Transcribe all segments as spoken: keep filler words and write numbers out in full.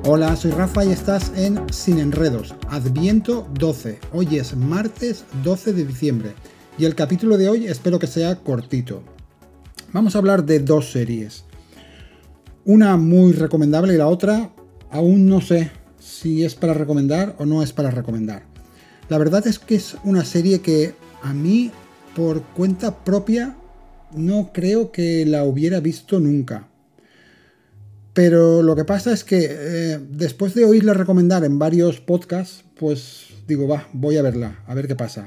Hola, soy Rafa y estás en Sin Enredos, Adviento doce. Hoy es martes doce de diciembre y el capítulo de hoy espero que sea cortito. Vamos a hablar de dos series. Una muy recomendable y la otra aún no sé si es para recomendar o no es para recomendar. La verdad es que es una serie que a mí, por cuenta propia, no creo que la hubiera visto nunca. Pero lo que pasa es que eh, después de oírla recomendar en varios podcasts, pues digo, va, voy a verla, a ver qué pasa.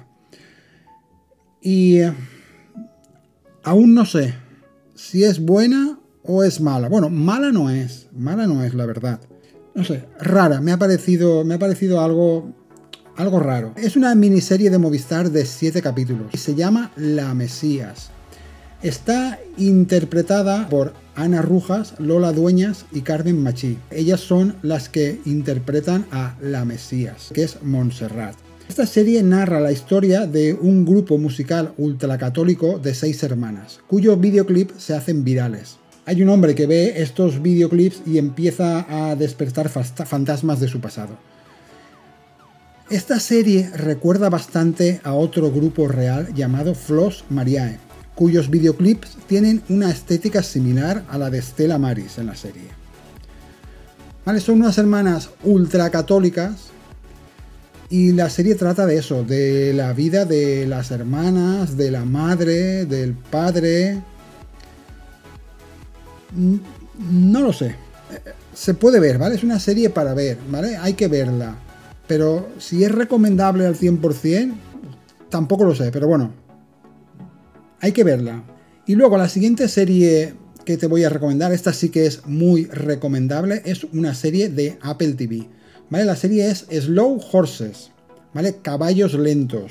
Y eh, aún no sé si es buena o es mala. Bueno, mala no es, mala no es, la verdad. No sé, rara, me ha parecido, me ha parecido algo, algo raro. Es una miniserie de Movistar de siete capítulos y se llama La Mesías. Está interpretada por Ana Rujas, Lola Dueñas y Carmen Machí. Ellas son las que interpretan a La Mesías, que es Montserrat. Esta serie narra la historia de un grupo musical ultracatólico de seis hermanas, cuyos videoclips se hacen virales. Hay un hombre que ve estos videoclips y empieza a despertar fantasmas de su pasado. Esta serie recuerda bastante a otro grupo real llamado Flos Mariae, cuyos videoclips tienen una estética similar a la de Stella Maris en la serie. ¿Vale? Son unas hermanas ultracatólicas y la serie trata de eso, de la vida de las hermanas, de la madre, del padre. No lo sé. Se puede ver, ¿vale? Es una serie para ver, ¿vale? Hay que verla. Pero si es recomendable al cien por cien, tampoco lo sé, pero bueno. Hay que verla. Y luego la siguiente serie que te voy a recomendar, esta sí que es muy recomendable, es una serie de Apple T V. ¿Vale? La serie es Slow Horses, ¿vale? Caballos lentos.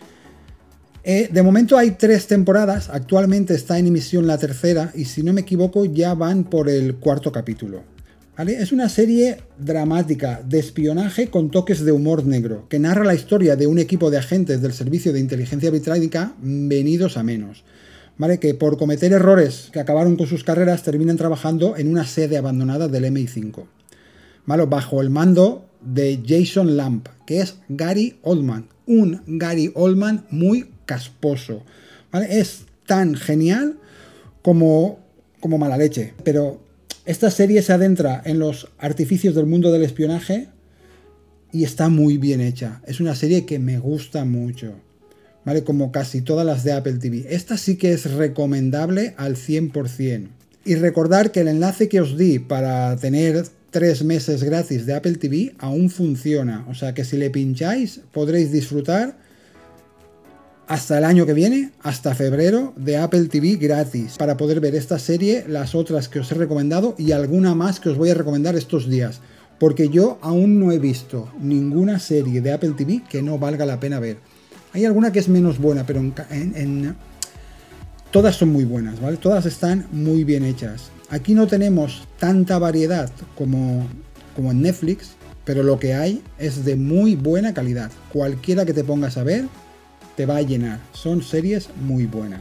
Eh, de momento hay tres temporadas, actualmente está en emisión la tercera y si no me equivoco ya van por el cuarto capítulo. ¿Vale? Es una serie dramática de espionaje con toques de humor negro, que narra la historia de un equipo de agentes del Servicio de Inteligencia Británica venidos a menos, ¿vale? Que por cometer errores que acabaron con sus carreras terminan trabajando en una sede abandonada del eme i cinco, ¿vale? Bajo el mando de Jason Lamb, que es Gary Oldman, un Gary Oldman muy casposo, ¿vale? Es tan genial como, como mala leche, pero esta serie se adentra en los artificios del mundo del espionaje y está muy bien hecha. Es una serie que me gusta mucho, ¿vale? Como casi todas las de Apple T V. Esta sí que es recomendable al cien por cien. Y recordar que el enlace que os di para tener tres meses gratis de Apple T V aún funciona. O sea que si le pincháis podréis disfrutar hasta el año que viene, hasta febrero, de Apple T V gratis, para poder ver esta serie, las otras que os he recomendado y alguna más que os voy a recomendar estos días, porque yo aún no he visto ninguna serie de Apple T V que no valga la pena ver. Hay alguna que es menos buena, pero en, en, en, todas son muy buenas, ¿vale? Todas están muy bien hechas. Aquí no tenemos tanta variedad como, como en Netflix, pero lo que hay es de muy buena calidad. Cualquiera que te pongas a ver te va a llenar. Son series muy buenas.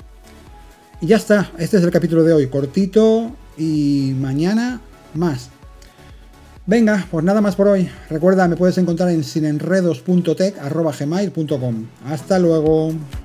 Y ya está. Este es el capítulo de hoy. Cortito y mañana más. Venga, pues nada más por hoy. Recuerda, me puedes encontrar en sinenredos punto tech arroba gmail punto com. Hasta luego.